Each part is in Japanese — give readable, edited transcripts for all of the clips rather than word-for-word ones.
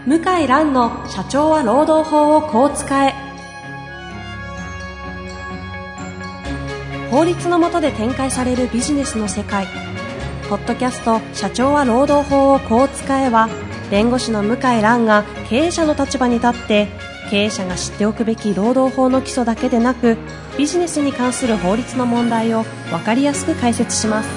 向井蘭の社長は労働法をこう使え。法律の下で展開されるビジネスの世界。ポッドキャスト社長は労働法をこう使えは、弁護士の向井蘭が経営者の立場に立って経営者が知っておくべき労働法の基礎だけでなく、ビジネスに関する法律の問題を分かりやすく解説します。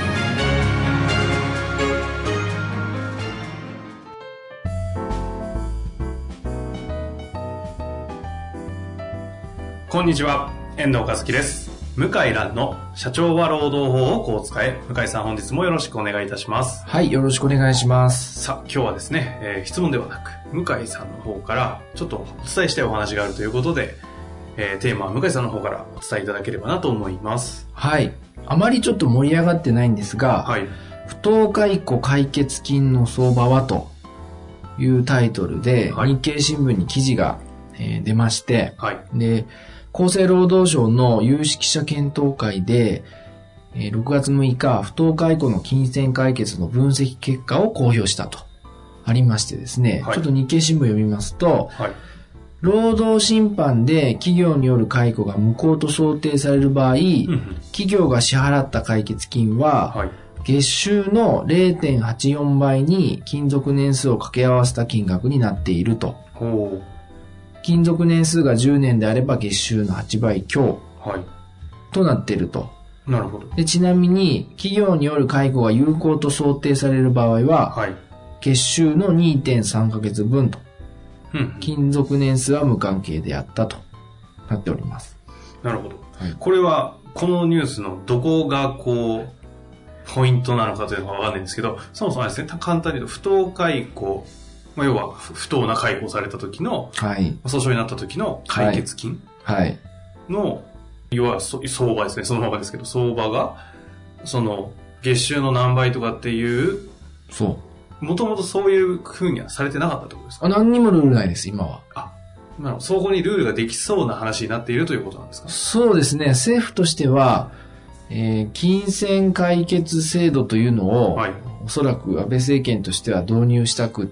こんにちは、遠藤和樹です。向井蘭の社長は労働法をこう使え。向井さん、本日もよろしくお願いいたします。 はい、よろしくお願いします。 さあ、今日はですね、質問ではなく向井さんの方からちょっとお伝えしたいお話があるということで、テーマは向井さんの方からお伝えいただければなと思います。 はい、あまりちょっと盛り上がってないんですが、はい、不当解雇解決金の相場はというタイトルで、はい、日経新聞に記事が、出まして、はい、で厚生労働省の有識者検討会で、6月6日、不当解雇の金銭解決の分析結果を公表したとありましてですね、はい、ちょっと日経新聞読みますと、はい、労働審判で企業による解雇が無効と想定される場合、企業が支払った解決金は、はい、月収の 0.84 倍に勤続年数を掛け合わせた金額になっていると。ほう。勤続年数が10年であれば月収の8倍強となっていると。 なるほど。 で、ちなみに企業による解雇が有効と想定される場合は、はい、月収の 2.3 ヶ月分と、勤続年数は無関係であったとなっております。 なるほど。はい、これはこのニュースのどこがこうポイントなのかというのがわかんないんですけど、そもそもですね、簡単に言うと不当解雇、要は不当な解雇された時の、はい、訴訟になった時の解決金の、はい、要は相場ですね、そのままですけど、相場がその月収の何倍とかっていう、もともとそういう風にはされてなかったってことですか？ 何にもルールないです、今は。 そこにルールができそうな話になっているということなんですか？ そうですね、政府としては、金銭解決制度というのを、はい、おそらく安倍政権としては導入したくって、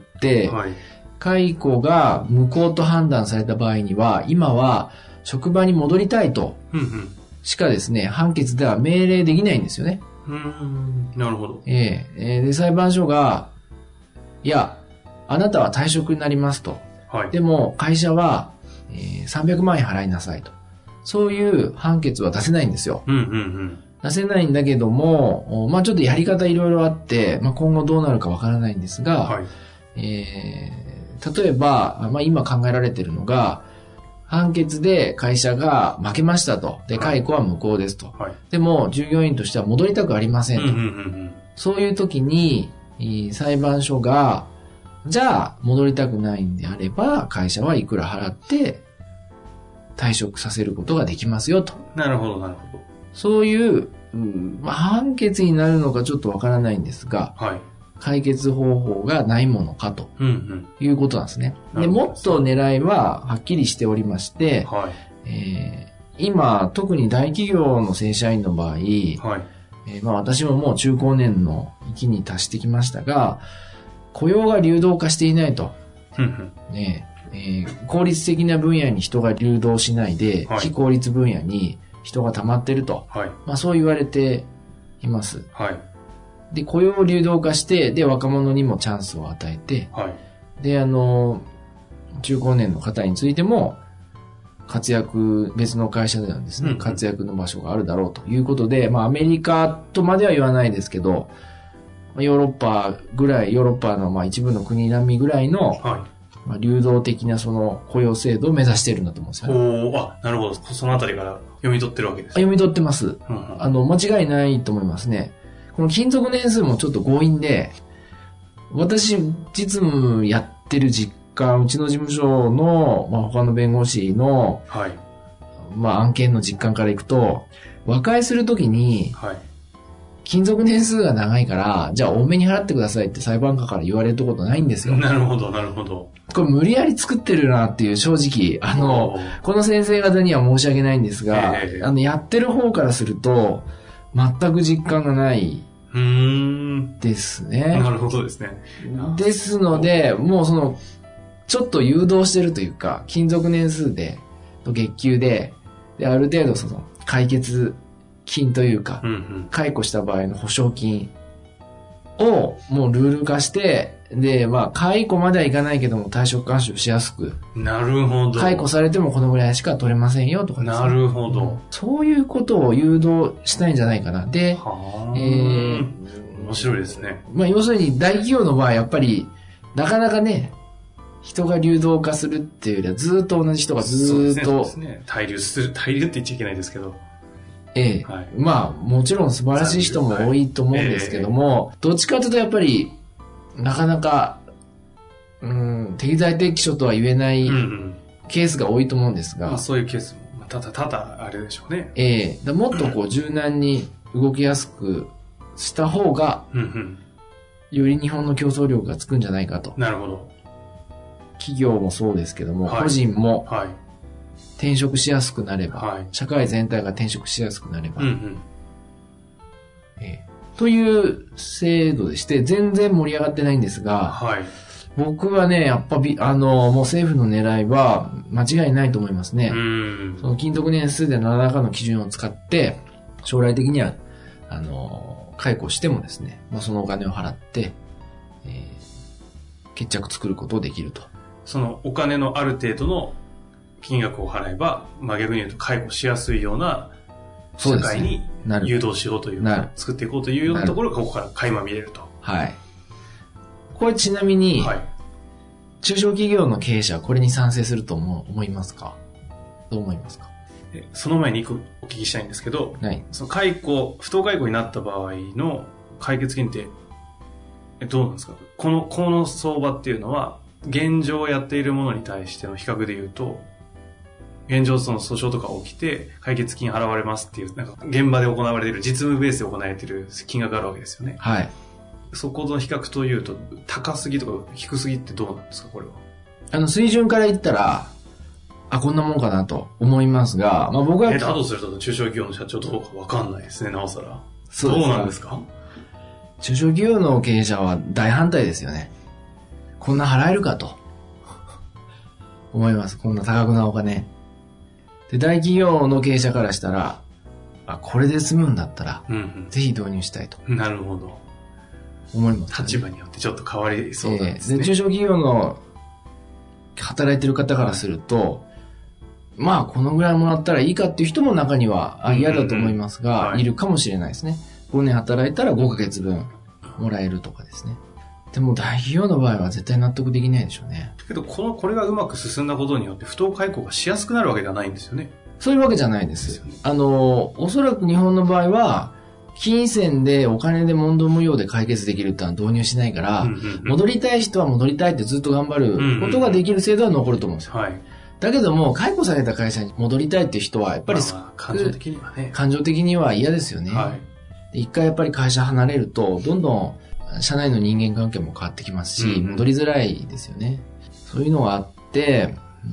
はい、解雇が無効と判断された場合には、今は職場に戻りたいとしかですね、判決では命令できないんですよね。 なるほど。 で、裁判所が、いや、あなたは退職になりますと。はい、でも会社は、300万円払いなさいと。そういう判決は出せないんですよ。出せないんだけども、ちょっとやり方いろいろあって、今後どうなるかわからないんですが、はい、例えば、今考えられているのが、判決で会社が負けましたと。で、解雇は無効ですと。はい、でも、従業員としては戻りたくありませんと。そういう時に、裁判所が、じゃあ、戻りたくないんであれば、会社はいくら払って、退職させることができますよと。 なるほど、なるほど。 そういう、判決になるのかちょっとわからないんですが、はい、解決方法がないものかということなんですね。で、もっと狙いははっきりしておりまして、はい、今、特に大企業の正社員の場合、はい、私ももう中高年の域に達してきましたが、雇用が流動化していないと。効率的な分野に人が流動しないで、はい、非効率分野に人が溜まってると、はい、そう言われています。はい、で、雇用を流動化して、で、若者にもチャンスを与えて、はい、で、中高年の方についても、活躍、別の会社ではですね、活躍の場所があるだろうということで、アメリカとまでは言わないですけど、ヨーロッパの一部の国並みぐらいの、はい、流動的なその雇用制度を目指しているんだと思うんですよね。 なるほど。そのあたりから読み取ってるわけですね。 読み取ってます。間違いないと思いますね。この勤続年数もちょっと強引で、私、実務やってる実感、うちの事務所の、他の弁護士の、はい、案件の実感からいくと、和解するときに、はい、勤続年数が長いから、じゃあ多めに払ってくださいって裁判官から言われることないんですよ。 なるほど、なるほど。 これ無理やり作ってるなっていう正直、この先生方には申し訳ないんですが、やってる方からすると、全く実感がないですね。 なるほどですね。 ですので、もうちょっと誘導してるというか、勤続年数で、月給で、ある程度解決金というか、解雇した場合の保証金をもうルール化して、で、解雇まではいかないけども退職勧奨しやすく。 なるほど。 解雇されてもこのぐらいしか取れませんよとかですね。 なるほど。 そういうことを誘導したいんじゃないかな。で、 面白いですね。 要するに大企業の場合やっぱり、なかなかね、人が流動化するっていうよりはずっと同じ人がずっと。 そうですね。滞留って言っちゃいけないですけど。 はい、もちろん素晴らしい人も多いと思うんですけども、どっちかというとやっぱり、なかなか、適材適所とは言えないケースが多いと思うんですが。 そういうケースも、ただあれでしょうね。 もっと柔軟に動きやすくした方が、より日本の競争力がつくんじゃないかと。 なるほど。 企業もそうですけども、個人も転職しやすくなれば、社会全体が転職しやすくなれば、という制度でして、全然盛り上がってないんですが、僕はね、やっぱもう政府の狙いは間違いないと思いますね。その勤続年数で何らかの基準を使って、将来的には、解雇してもですね、そのお金を払って、決着作ることをできると。 そのお金のある程度の金額を払えば、逆に言うと解雇しやすいような社会に誘導しようというか、作っていこうというようなところがここから垣間見れると。 これちなみに、中小企業の経営者はこれに賛成すると思いますか？どう思いますか？ その前に一個お聞きしたいんですけど、その不当解雇になった場合の解決金ってどうなんですか？この相場っていうのは、現状やっているものに対しての比較で言うと、現状訴訟とか起きて解決金払われますっていう、現場で行われている、実務ベースで行われている金額があるわけですよね。そこと比較というと、高すぎとか低すぎってどうなんですか、これは。 水準から言ったら、こんなもんかなと思いますが、僕は。 だとすると中小企業の社長どうかわかんないですね、なおさら。どうなんですか？ 中小企業の経営者は大反対ですよね。こんな払えるかと思います。こんな多額なお金。で、大企業の経営者からしたら、これで済むんだったら、ぜひ導入したいと。 なるほど。 思います、 立場によってちょっと変わりそうなんですね。 で、中小企業の働いてる方からすると、このぐらいもらったらいいかっていう人も中には嫌だと思いますが、いるかもしれないですね。5年働いたら5ヶ月分もらえるとかですね。でも大企業の場合は絶対納得できないでしょうね。 けどこれがうまく進んだことによって不当解雇がしやすくなるわけではないんですよね。 そういうわけじゃないです。おそらく日本の場合は、金銭でお金で問答無用で解決できるってのは導入しないから、戻りたい人は戻りたいってずっと頑張ることができる制度は残ると思うんですよ。だけども、解雇された会社に戻りたいっていう人は、やっぱり感情的にはね。 感情的には嫌ですよね。一回やっぱり会社離れると、どんどん社内の人間関係も変わってきますし、戻りづらいですよね。そういうのがあって、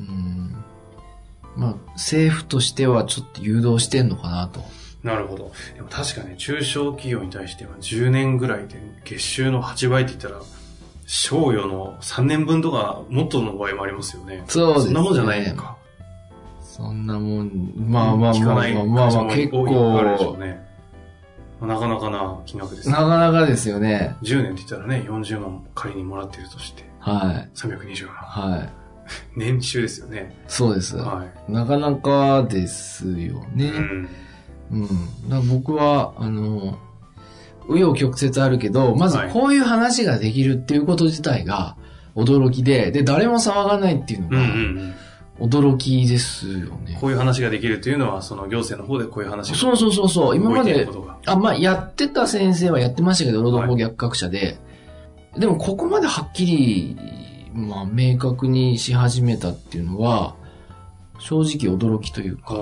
政府としてはちょっと誘導してんのかなと。 なるほど。でも確かに中小企業に対しては10年ぐらいで月収の8倍って言ったら、賞与の3年分とかもっとの場合もありますよね。 そうですね。 そんなもんじゃないのか。 そんなもん、 結構あるでしょうね。なかなかな金額ですね。 なかなかですよね。 10年って言ったらね、40万仮にもらっているとして。320万。年収ですよね。 そうです。なかなかですよね。だ僕は、紆余曲折あるけど、まずこういう話ができるっていうこと自体が驚きで、誰も騒がないっていうのが、驚きですよね。 こういう話ができるというのは、その行政の方でこういう話がそう。今まで、やってた先生はやってましたけど、労働法逆格者で。でも、ここまではっきり、明確にし始めたっていうのは、正直驚きというか、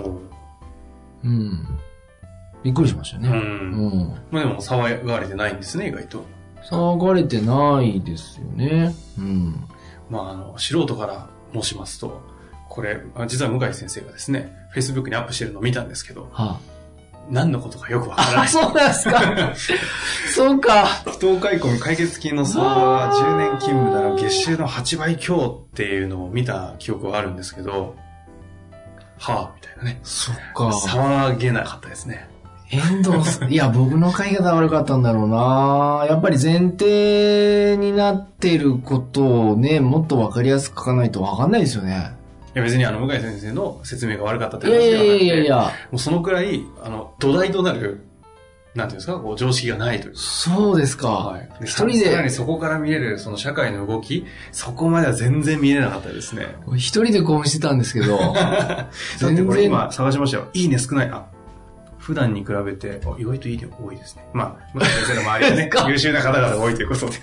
びっくりしましたね。 でも、騒がれてないんですね、意外と。 騒がれてないですよね。 素人から申しますと、これ、実は向井先生がですね、Facebook にアップしてるのを見たんですけど、 何のことかよくわからない。 そうなんですか。そうか。 不当解雇解決金の相場は10年勤務なら月収の8倍強っていうのを見た記憶はあるんですけど、はぁ、みたいなね。 そっか。 騒げなかったですね。 遠藤さん、いや、僕の書き方悪かったんだろうな。やっぱり前提になっていることをね、もっとわかりやすく書かないとわかんないですよね。 いや別に向井先生の説明が悪かったって話ではなくて、 いや。 もうそのくらい、土台となる、なんていうんですか、こう常識がないという。 そうですか。 はい。一人で。さらにそこから見える、その社会の動き、そこまでは全然見えなかったですね。 一人で興奮してたんですけど。 だってこれ今探しましたよ。いいね少ない。普段に比べて、意外といいね多いですね。まあ、向井先生の周りはね、優秀な方々が多いということで。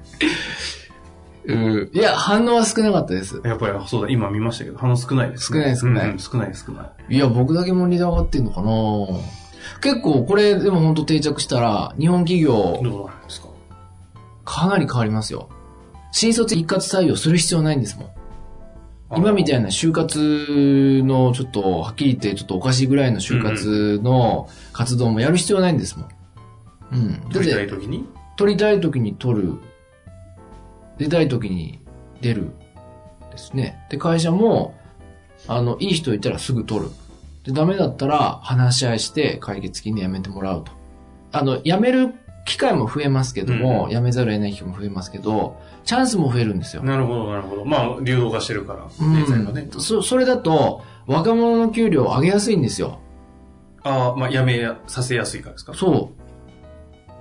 いや、反応は少なかったです。 やっぱり、そうだ、今見ましたけど、反応少ないですね。少ない。 少ない。 いや、僕だけモニター上がってんのかな。結構、これでも本当定着したら、日本企業、 どうなんですか？ かなり変わりますよ。新卒一括採用する必要ないんですもん。今みたいな就活のちょっと、はっきり言ってちょっとおかしいぐらいの就活の活動もやる必要ないんですもん。うん。 取りたい時に？ 取りたい時に取る。出たい時に出る。ですね。で、会社も、いい人いたらすぐ取る。で、ダメだったら話し合いして解決金で辞めてもらうと。辞める機会も増えますけども、辞めざるを得ない機会も増えますけど、チャンスも増えるんですよ。 なるほど。まあ、流動化してるから。ね、 それだと、若者の給料を上げやすいんですよ。 まあ、辞めさせやすいからですか？ そう。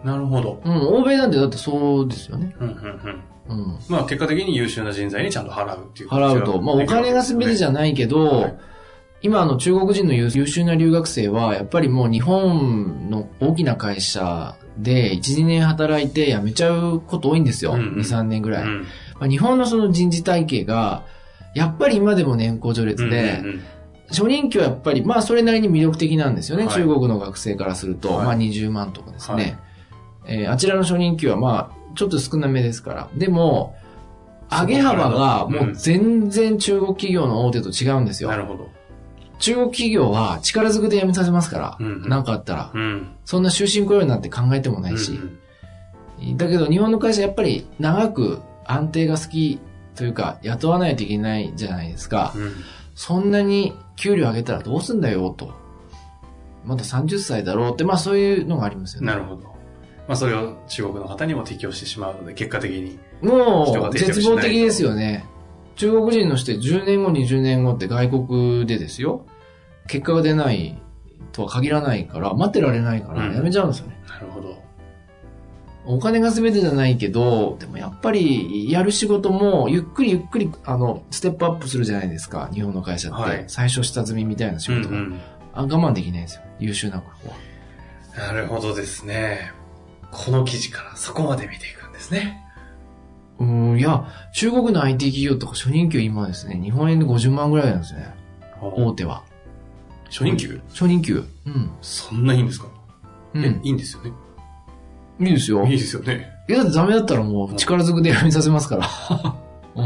なるほど。 欧米なんてだってそうですよね。 まあ、結果的に優秀な人材にちゃんと払うっていう。 払うと。まあ、お金が全てじゃないけど、はい、今中国人の優秀な留学生は、やっぱりもう日本の大きな会社で1、2年働いて辞めちゃうこと多いんですよ。2、3年ぐらい。まあ、日本のその人事体系が、やっぱり今でも年功序列で、初任給はやっぱり、まあそれなりに魅力的なんですよね。はい、中国の学生からすると、まあ20万とかですね。あちらの初任給はまあ、ちょっと少なめですから。でも、上げ幅がもう全然中国企業の大手と違うんですよ。 なるほど。 中国企業は力ずくで辞めさせますから、なんかあったら、そんな終身雇用なんて考えてもないし。だけど日本の会社やっぱり長く安定が好きというか、雇わないといけないじゃないですか。そんなに給料上げたらどうすんだよと。まだ30歳だろうって、まあそういうのがありますよね。 なるほど。まあそれを中国の方にも適用してしまうので、結果的に。 もう絶望的ですよね。中国人の人10年後、20年後って外国でですよ。結果が出ないとは限らないから、待ってられないからやめちゃうんですよね。 なるほど。 お金が全てじゃないけど、でもやっぱりやる仕事もゆっくりステップアップするじゃないですか。日本の会社って。はい、最初下積みみたいな仕事が。我慢できないんですよ。優秀な子は。 なるほどですね。この記事からそこまで見ていくんですね。 いや、中国の IT 企業とか初任給今ですね、日本円で50万ぐらいなんですね。大手は。 初任給？ 初任給。 そんないいんですか？いいんですよね。 いいですよ。 いいですよね。 だってダメだったらもう力ずくで辞めさせますから。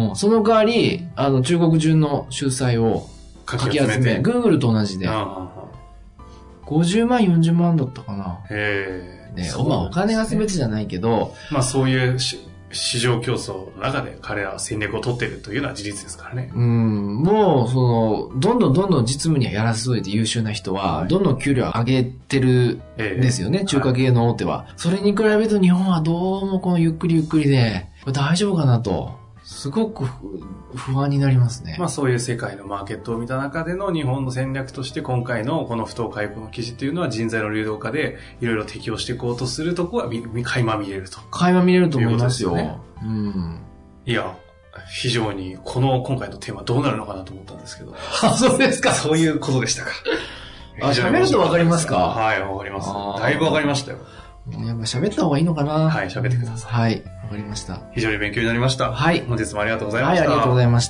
その代わり、中国中の秀才をかき集め、Google と同じで。50万、40万だったかな。まあお金が全てじゃないけど。 まあそういう市場競争の中で彼らは戦略を取っているというのは事実ですからね。 もう、どんどん実務にはやらせといて優秀な人は、どんどん給料上げてるんですよね、中華系の大手は。それに比べると日本はどうもこのゆっくりで、大丈夫かなと。すごく不安になりますね。 まあそういう世界のマーケットを見た中での日本の戦略として今回のこの不当解雇の記事っていうのは人材の流動化でいろいろ適用していこうとするところは垣間見れると。 垣間見れると思いますよ。 いや、非常に今回のテーマどうなるのかなと思ったんですけど。 そうですか。 そういうことでしたか。 喋るとわかりますか？ はい、わかります。だいぶわかりましたよ。 やっぱ喋った方がいいのかな？ はい、喋ってください。 はい、わかりました。 非常に勉強になりました。 はい。 本日もありがとうございました。 はい、ありがとうございました。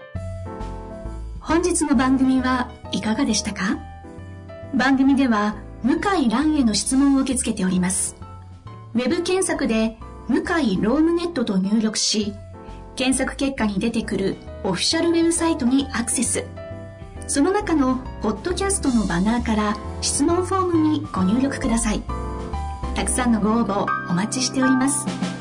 本日の番組はいかがでしたか？番組では向井蘭への質問を受け付けております。ウェブ検索で向井ロームネットと入力し、検索結果に出てくるオフィシャルウェブサイトにアクセス。その中のポッドキャストのバナーから質問フォームにご入力ください。たくさんのご応募お待ちしております。